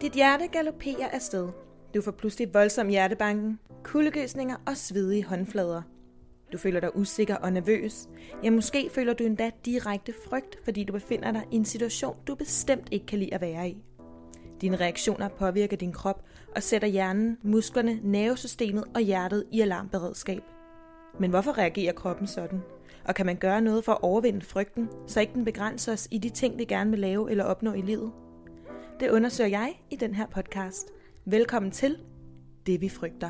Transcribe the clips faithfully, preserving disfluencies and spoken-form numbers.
Dit hjerte galopperer afsted. Du får pludselig voldsom hjertebanken, kuldegysninger og svedige håndflader. Du føler dig usikker og nervøs. Ja, måske føler du endda direkte frygt, fordi du befinder dig i en situation, du bestemt ikke kan lide at være i. Dine reaktioner påvirker din krop og sætter hjernen, musklerne, nervesystemet og hjertet i alarmberedskab. Men hvorfor reagerer kroppen sådan? Og kan man gøre noget for at overvinde frygten, så ikke den begrænser os i de ting, vi gerne vil lave eller opnå i livet? Det undersøger jeg i den her podcast. Velkommen til Det vi frygter.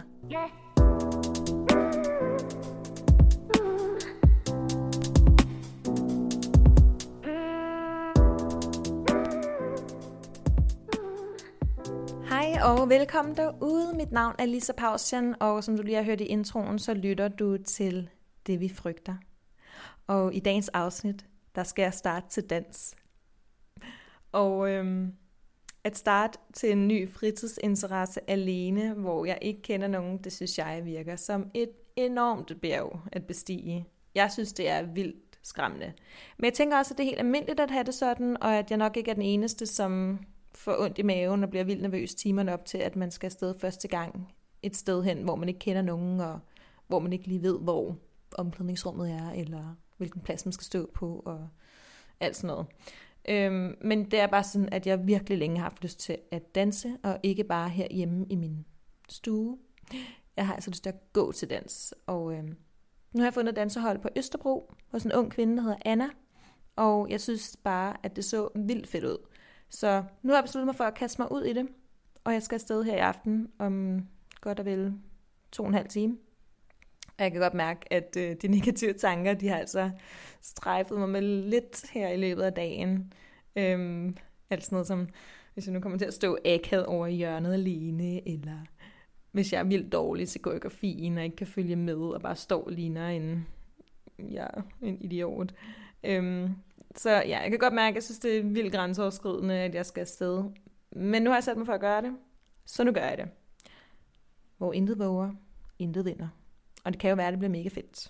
Hej og velkommen derude. Mit navn er Lisa Pausian, og som du lige har hørt i introen, så lytter du til Det vi frygter. Og i dagens afsnit, der skal jeg starte til dans. Og øhm, at starte til en ny fritidsinteresse alene, hvor jeg ikke kender nogen, det synes jeg virker som et enormt bjerg at bestige. Jeg synes, det er vildt skræmmende. Men jeg tænker også, at det er helt almindeligt at have det sådan, og at jeg nok ikke er den eneste, som får ondt i maven og bliver vildt nervøs timerne op til, at man skal afsted første gang et sted hen, hvor man ikke kender nogen, og hvor man ikke lige ved, hvor omklædningsrummet er, eller hvilken plads man skal stå på, og alt sådan noget. Øhm, men det er bare sådan, at jeg virkelig længe har haft lyst til at danse, og ikke bare herhjemme i min stue. Jeg har altså lyst til at gå til dans, og øhm, nu har jeg fundet et dansehold på Østerbro, hos en ung kvinde, der hedder Anna, og jeg synes bare, at det så vildt fedt ud. Så nu har jeg besluttet mig for at kaste mig ud i det, og jeg skal afsted her i aften om godt og vel to og en halv time. Og jeg kan godt mærke, at øh, de negative tanker, de har altså strejfet mig med lidt her i løbet af dagen. Øhm, alt sådan noget som, hvis jeg nu kommer til at stå akavet over i hjørnet alene, eller hvis jeg er vildt dårlig til koreografien og ikke kan følge med, og bare står ligner en, ja, en idiot. Øhm, så ja, jeg kan godt mærke, at jeg synes, det er vildt grænseoverskridende, at jeg skal afsted. Men nu har jeg sat mig for at gøre det, så nu gør jeg det. Hvor intet våger, intet vinder. Og det kan jo være, at det bliver mega fedt.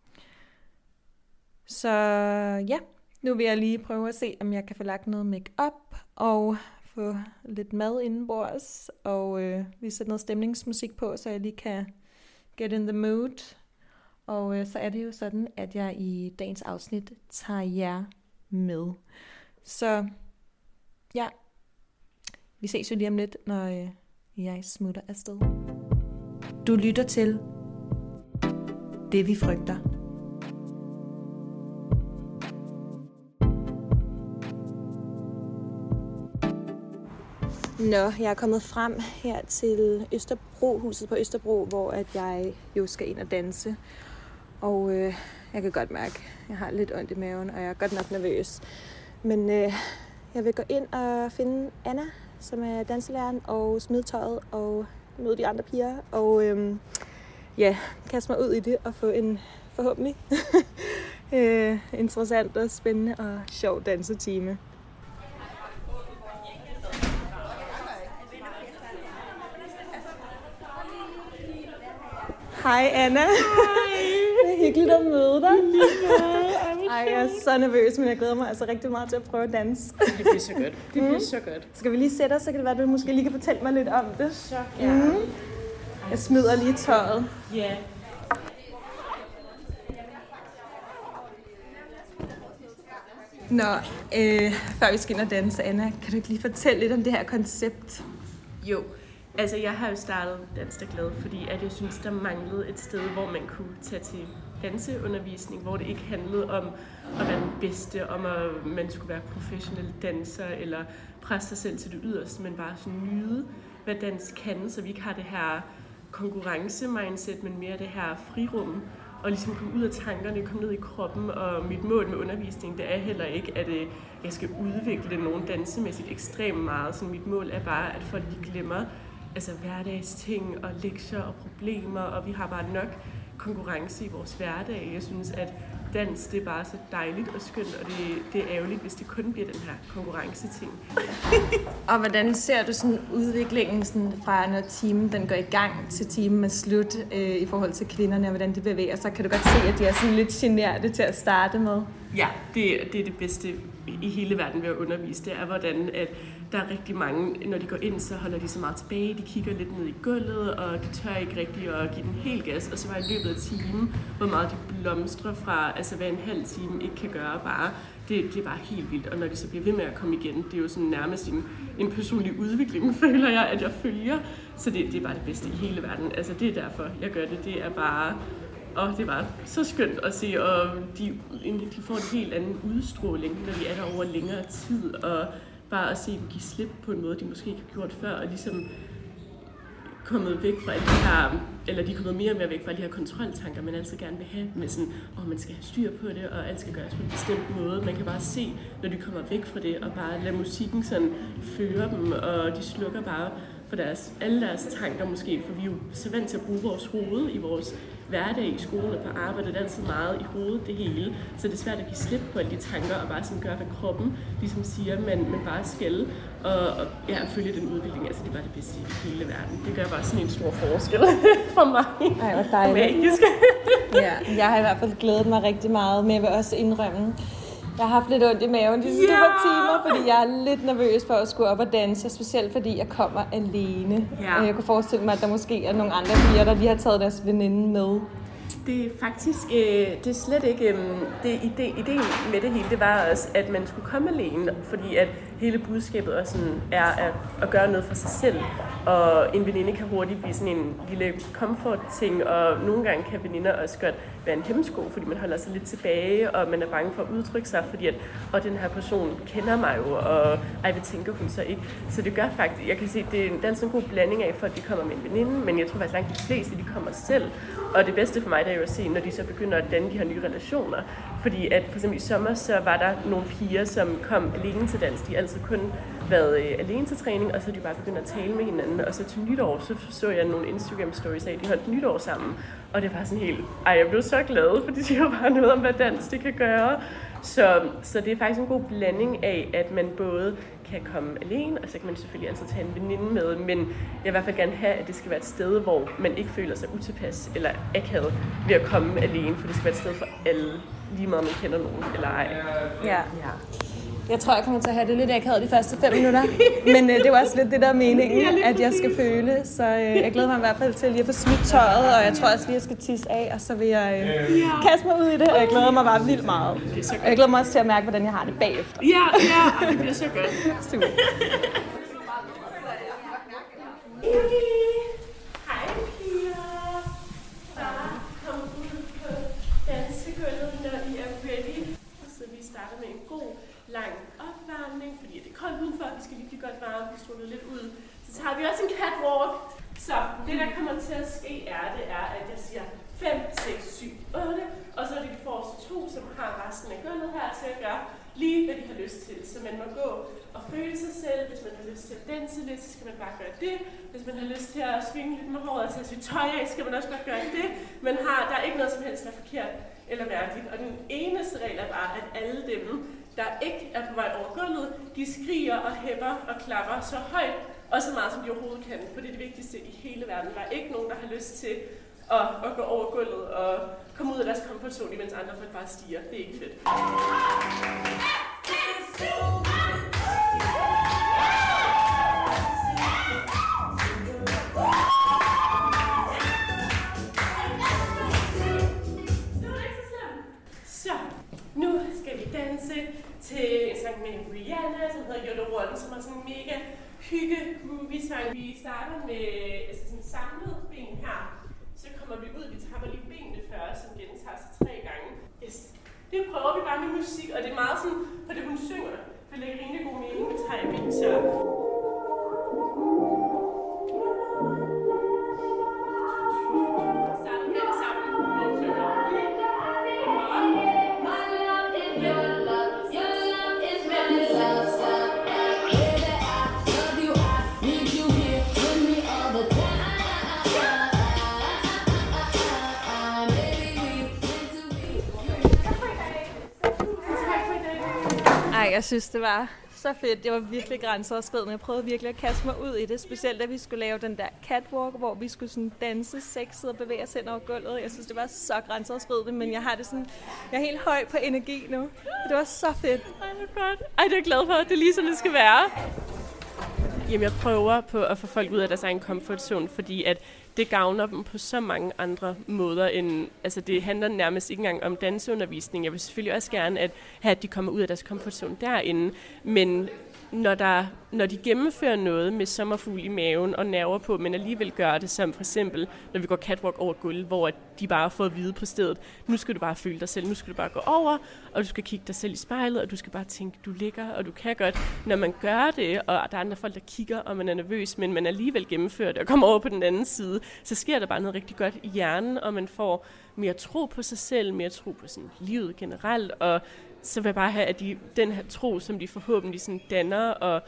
Så ja, nu vil jeg lige prøve at se, om jeg kan få lagt noget make-up og få lidt mad indenbords. Og øh, lige sætte noget stemningsmusik på, så jeg lige kan get in the mood. Og øh, så er det jo sådan, at jeg i dagens afsnit tager jer med. Så ja, vi ses jo lige om lidt, når øh, jeg smutter afsted. Du lytter til Det vi frygter. Nå, jeg er kommet frem her til Østerbro, huset på Østerbro, hvor at jeg jo skal ind og danse. Og øh, jeg kan godt mærke, at jeg har lidt ondt i maven, og jeg er godt nok nervøs. Men øh, jeg vil gå ind og finde Anna, som er danselæreren, og smide tøjet og møde de andre piger. Og øh, ja, kaste mig ud i det og få en forhåbentlig øh, interessant og spændende og sjov dansetime. Hej Anna. Hej. Det er hyggeligt at møde dig. Ej, jeg er så nervøs, men jeg glæder mig altså rigtig meget til at prøve at danse. Det bliver så godt. Det bliver mm. så godt. Skal vi lige sætte os, så kan det være, at du måske lige kan fortælle mig lidt om det. Så gerne. Mm. Jeg smider lige tøjet. Ja. Yeah. Nå, øh, før vi skal ind og danse, Anna, kan du ikke lige fortælle lidt om det her koncept? Jo, altså jeg har jo startet Dans der Glad, fordi at jeg synes, der manglede et sted, hvor man kunne tage til danseundervisning, hvor det ikke handlede om at være den bedste, om at man skulle være professionel danser eller presse sig selv til det yderste, men bare sådan nyde, hvad dans kan, så vi ikke har det her konkurrence-mindset, men mere det her frirum, og ligesom komme ud af tankerne, komme ned i kroppen, og mit mål med undervisning, det er heller ikke, at jeg skal udvikle nogen dansemæssigt ekstremt meget, så mit mål er bare, at folk de glemmer altså hverdagsting og lektier og problemer, og vi har bare nok konkurrence i vores hverdag. Jeg synes, at dans, det er bare så dejligt og skønt, og det, det er ærgerligt, hvis det kun bliver den her konkurrenceting. Og hvordan ser du sådan udviklingen sådan fra, når timen den går i gang, til timen er slut, øh, i forhold til kvinderne, og hvordan de bevæger sig? Kan du godt se, at de er sådan lidt generte til at starte med? Ja, det, det er det bedste i hele verden ved at undervise. Det er, hvordan at der er rigtig mange, når de går ind, så holder de så meget tilbage, de kigger lidt ned i gulvet, og de tør ikke rigtig at give den helt gas, og så var i løbet af timen, hvor meget de blomstrer fra, altså hvad en halv time ikke kan gøre bare, det, det er bare helt vildt, og når de så bliver ved med at komme igen, det er jo sådan nærmest en, en personlig udvikling, føler jeg, at jeg følger, så det, det er bare det bedste i hele verden, altså det er derfor, jeg gør det, det er bare, og det var så skønt at se, og de, de får en helt anden udstråling, når de er der over længere tid, og bare at se dem give slip på en måde, de måske ikke har gjort før, og ligesom kommet væk fra alle de her, eller de er kommet mere og mere væk fra alle de her kontroltanker, man altid gerne vil have, med sådan, åh, man skal have styr på det, og alt skal gøres på en bestemt måde. Man kan bare se, når de kommer væk fra det, og bare lade musikken sådan føre dem, og de slukker bare for deres, alle deres tanker måske, for vi er jo så vant til at bruge vores hoved i vores hverdag i skolen og på arbejde, det er altid meget i hovedet det hele, så det er svært at give slip på alle de tanker og bare sådan gøre, hvad kroppen ligesom siger, man, man bare skal, og, og ja, følge den udvikling, altså det er bare det bedste i hele verden. Det gør bare sådan en stor forskel for mig. Ej, hvor dejligt. Magisk. Ja, jeg har i hvert fald glædet mig rigtig meget, men jeg vil også indrømme, jeg har haft lidt ondt i maven de sidste yeah. timer, fordi jeg er lidt nervøs for at skulle op og danse, specielt fordi jeg kommer alene. Yeah. Jeg kunne forestille mig, at der måske er nogle andre piger, der lige har taget deres veninde med. Det er faktisk, øh, det er slet ikke, øh, det ide, ideen med det hele, det var også, at man skulle komme alene, fordi at hele budskabet også sådan er at, at gøre noget for sig selv, og en veninde kan hurtigt blive sådan en lille comfort-ting, og nogle gange kan veninder også godt være en hemsko, fordi man holder sig lidt tilbage, og man er bange for at udtrykke sig, fordi at, og den her person kender mig jo, og ej, hvad tænker hun så ikke? Så det gør faktisk, jeg kan se, det er en, der er sådan en god blanding af, folk de kommer med en veninde, men jeg tror faktisk langt de fleste, de kommer selv, og det bedste for mig, det er jo at se, når de så begynder at danne de her nye relationer, fordi at for eksempel i sommer, så var der nogle piger, som kom alene til dans, de har altid kun været øh, alene til træning, og så er de bare begyndt at tale med hinanden, og så til nytår, så så jeg nogle Instagram stories af, de holdt nytår sammen, og det var sådan helt, ej, jeg blev så glad, for de siger bare noget om, hvad dans det kan gøre. Så, så det er faktisk en god blanding af, at man både kan komme alene, og så kan man selvfølgelig altid tage en veninde med, men jeg vil i hvert fald gerne have, at det skal være et sted, hvor man ikke føler sig utilpas eller akavet ved at komme alene, for det skal være et sted for alle, lige meget man kender nogen eller ej. Ja. Ja. Jeg tror, jeg kommer til at have det lidt akavet de første fem minutter, men øh, det var også lidt det, der er meningen, at jeg skal føle, så øh, jeg glæder mig i hvert fald til lige at få smidt tøjet, og jeg tror også lige, at jeg skal tisse af, og så vil jeg øh, ja. kaste mig ud i det, og jeg glæder mig bare vildt meget. Og jeg glæder mig også til at mærke, hvordan jeg har det bagefter. Ja, ja, det bliver så godt. Super. Hej piger. Bare kom ud på dansegulvet, når I er ready. Så vi starter med en god lang opvarmning, fordi det er koldt udenfor, vi skal lige blive godt varme, vi stråler lidt ud. Så tager vi også en catwalk. Så det, der kommer til at ske, er, det er, at jeg siger fem, seks, syv, otte, og så er det de forreste to, som har resten af gulvet her til at gøre lige, hvad de har lyst til. Så man må gå og føle sig selv. Hvis man har lyst til at danse lidt, så skal man bare gøre det. Hvis man har lyst til at svinge lidt med håret og tage sit tøj af, skal man også bare gøre det. Man har, der er ikke noget som helst, der er forkert eller mærkeligt. Og den eneste regel er bare, at alle dem, der ikke er på vej over gulvet, de skriger og hæpper og klapper så højt og så meget, som de overhovedet kan. For det er det vigtigste i hele verden. Der er ikke nogen, der har lyst til at, at gå over gulvet og komme ud af deres komfortzone, mens andre folk bare stiger. Det er ikke fedt. Så, nu skal vi danse til en sang med Rihanna, som hedder You're the One, som er sådan en mega hygge groovy sang. Vi starter med altså sådan samlet ben her. Så kommer vi ud, vi tapper lige benene først, som gentager sig tre gange. Yes. Det prøver vi bare med musik, og det er meget sådan på det, hun synger. Det lægger rimelig god mening med timing, så... Starter med det sammen, hvor hun synger. Ej, jeg synes, det var så fedt. Det var virkelig grænseoverskridende. Jeg prøvede virkelig at kaste mig ud i det. Specielt da vi skulle lave den der catwalk, hvor vi skulle sådan danse sexet og bevæge os hen over gulvet. Jeg synes, det var så grænseoverskridende, men jeg har det sådan... Jeg er helt høj på energi nu. Det var så fedt. Ej, det er godt. Ej, det er jeg glad for. Det er lige sådan, det skal være. Jamen, jeg prøver på at få folk ud af deres egen comfort zone, fordi at det gavner dem på så mange andre måder end, altså det handler nærmest ikke engang om danseundervisning. Jeg vil selvfølgelig også gerne at have, at de kommer ud af deres comfort zone derinde, men når, der, når de gennemfører noget med sommerfugl i maven og nerver på, men alligevel gør det, som for eksempel, når vi går catwalk over gulv, hvor de bare får at vide på stedet, nu skal du bare føle dig selv, nu skal du bare gå over, og du skal kigge dig selv i spejlet, og du skal bare tænke, du ligger, og du kan godt. Når man gør det, og der er andre folk, der kigger, og man er nervøs, men man alligevel gennemfører det og kommer over på den anden side, så sker der bare noget rigtig godt i hjernen, og man får mere tro på sig selv, mere tro på sådan livet generelt, og så vil jeg bare have, at de, den her tro, som de forhåbentlig sådan danner og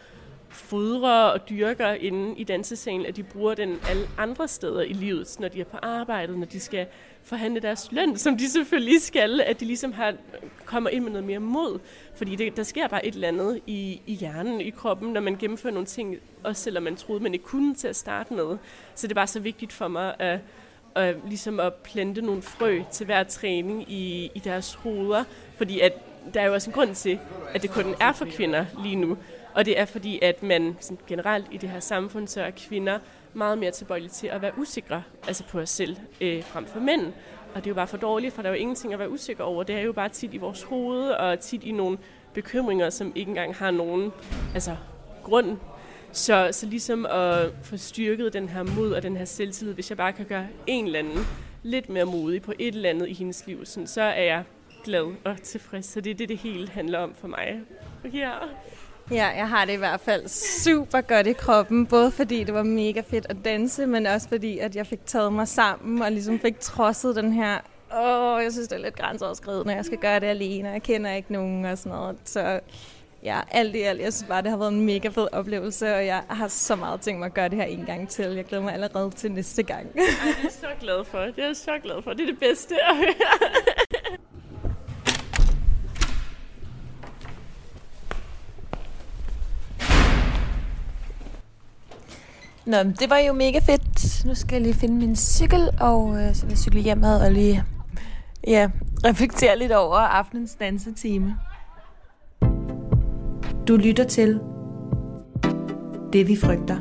fodrer og dyrker inde i dansescenen, at de bruger den alle andre steder i livet, når de er på arbejdet, når de skal forhandle deres løn, som de selvfølgelig skal, at de ligesom har, kommer ind med noget mere mod. Fordi det, der sker bare et eller andet i, i hjernen, i kroppen, når man gennemfører nogle ting, også selvom man troede, man ikke kunne til at starte med. Så det er bare så vigtigt for mig at, at, ligesom at plante nogle frø til hver træning i, i deres hoveder, fordi at der er jo også en grund til, at det kun er for kvinder lige nu. Og det er fordi, at man sådan generelt i det her samfund, så er kvinder meget mere tilbøjelige til at være usikre, altså på os selv, øh, frem for mænd. Og det er jo bare for dårligt, for der er jo ingenting at være usikker over. Det er jo bare tit i vores hoved, og tit i nogle bekymringer, som ikke engang har nogen altså, grund. Så, så ligesom at få styrket den her mod og den her selvtillid, hvis jeg bare kan gøre en eller anden lidt mere modig på et eller andet i hendes liv, sådan, så er jeg glad og tilfreds. Så det er det, det hele handler om for mig. Ja. Ja, jeg har det i hvert fald super godt i kroppen, både fordi det var mega fedt at danse, men også fordi, at jeg fik taget mig sammen og ligesom fik trodset den her, åh, jeg synes, det er lidt grænseoverskridende, når jeg skal gøre det alene, og jeg kender ikke nogen og sådan noget. Så ja, alt i alt, jeg synes bare, det har været en mega fed oplevelse, og jeg har så meget tænkt mig at gøre det her en gang til. Jeg glæder mig allerede til næste gang. Ej, det er så glad for. Det er så glad for. Det er det bedste. Nå, det var jo mega fedt. Nu skal jeg lige finde min cykel, og øh, så vil jeg cykle hjemad og lige ja, reflektere lidt over aftenens dansetime. Du lytter til Det vi frygter.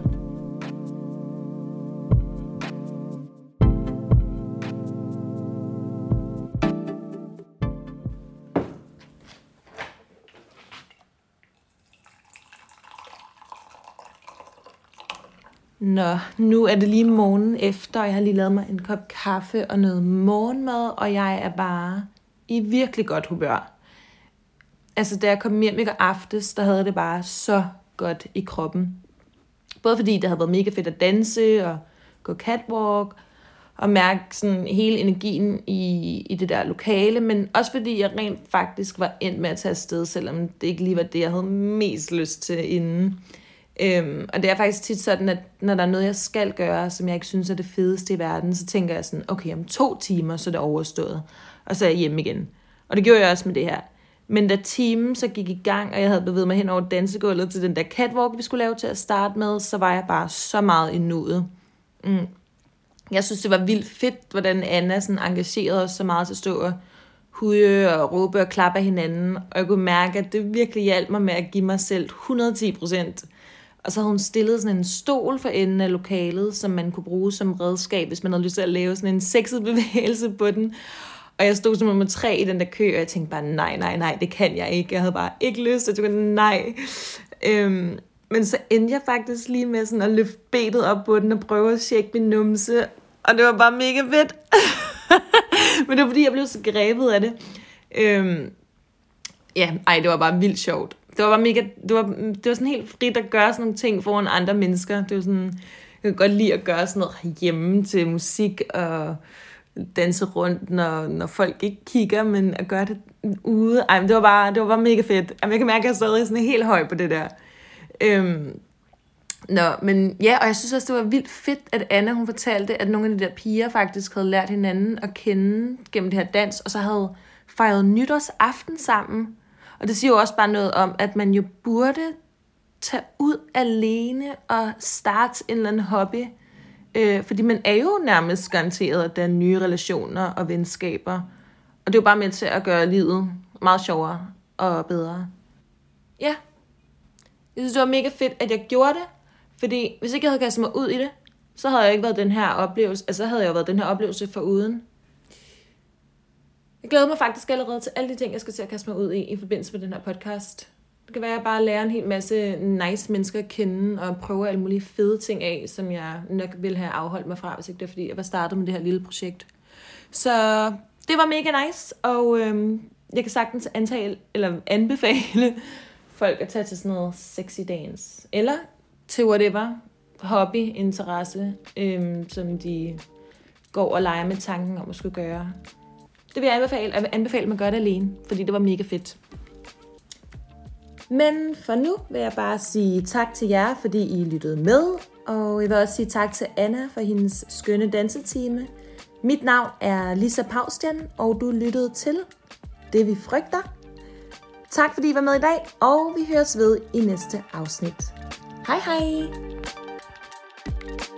Nå, nu er det lige morgen efter, og jeg har lige lavet mig en kop kaffe og noget morgenmad, og jeg er bare i virkelig godt humør. Altså, da jeg kom hjem i går aftes, der havde det bare så godt i kroppen. Både fordi det havde været mega fedt at danse og gå catwalk, og mærke sådan hele energien i, i det der lokale, men også fordi jeg rent faktisk var endt med at tage afsted, selvom det ikke lige var det, jeg havde mest lyst til inden. Øhm, og det er faktisk tit sådan, at når der er noget, jeg skal gøre, som jeg ikke synes er det fedeste i verden, så tænker jeg sådan, okay, om to timer, så er det overstået. Og så er jeg hjemme igen. Og det gjorde jeg også med det her. Men da timen så gik i gang, og jeg havde bevæget mig hen over dansegulvet til den der catwalk, vi skulle lave til at starte med, så var jeg bare så meget i nuet. Mm. Jeg synes, det var vildt fedt, hvordan Anna sådan engagerede os så meget til at stå og hude og råbe og klappe af hinanden. Og jeg kunne mærke, at det virkelig hjalp mig med at give mig selv hundrede og ti procent. Og så havde hun stillet sådan en stol for enden af lokalet, som man kunne bruge som redskab, hvis man havde lyst til at lave sådan en sexet bevægelse på den. Og jeg stod som nummer tre i den der kø, og jeg tænkte bare, nej, nej, nej, det kan jeg ikke. Jeg havde bare ikke lyst, og jeg tænkte, nej. Øhm, men så endte jeg faktisk lige med sådan at løfte benet op på den og prøve at tjekke min numse. Og det var bare mega fedt. Men det var fordi, jeg blev så grebet af det. Øhm, ja, ej, det var bare vildt sjovt. Det var bare mega, det var, det var sådan helt frit at gøre sådan nogle ting foran andre mennesker. Det var sådan, jeg kan godt lide at gøre sådan noget hjemme til musik og danse rundt, når, når folk ikke kigger, men at gøre det ude. Ej, det var bare, det var bare mega fedt. Jeg kan mærke, at jeg stadig sådan helt høj på det der. Øhm, Nå, men ja, og jeg synes også, det var vildt fedt, at Anna, hun fortalte, at nogle af de der piger faktisk havde lært hinanden at kende gennem det her dans, og så havde fejret nytårsaften sammen. Og det siger jo også bare noget om, at man jo burde tage ud alene og starte en eller anden hobby. Øh, fordi man er jo nærmest garanteret, at der er nye relationer og venskaber. Og det er jo bare med til at gøre livet meget sjovere og bedre. Ja, jeg synes, det var mega fedt, at jeg gjorde det. Fordi hvis ikke jeg havde kastet mig ud i det, så havde jeg ikke været den her oplevelse, altså så havde jeg jo været den her oplevelse foruden. Jeg glæder mig faktisk allerede til alle de ting, jeg skal til at kaste mig ud i, i forbindelse med den her podcast. Det kan være, at jeg bare lærer en hel masse nice mennesker at kende, og prøver alle mulige fede ting af, som jeg nok ville have afholdt mig fra, hvis ikke det er, fordi jeg var startet med det her lille projekt. Så det var mega nice, og øhm, jeg kan sagtens antage, eller anbefale folk at tage til sådan noget sexy dance, eller til whatever hobby, interesse, øhm, som de går og leger med tanken om at skulle gøre. Det vil jeg anbefale, jeg vil anbefale at man gør det alene, fordi det var mega fedt. Men for nu vil jeg bare sige tak til jer, fordi I lyttede med, og jeg vil også sige tak til Anna for hendes skønne dansetime. Mit navn er Lisa Paustian, og du lyttede til Det vi frygter. Tak fordi I var med i dag, og vi høres ved i næste afsnit. Hej hej!